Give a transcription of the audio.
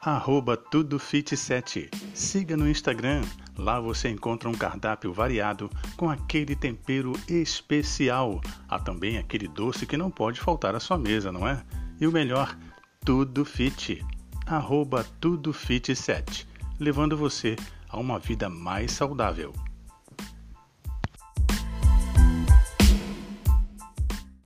@tudofit7. Siga no Instagram, lá você encontra um cardápio variado com aquele tempero especial. Há também aquele doce que não pode faltar à sua mesa, não é? E o melhor, Tudo Fit, @tudofit7, levando você a uma vida mais saudável.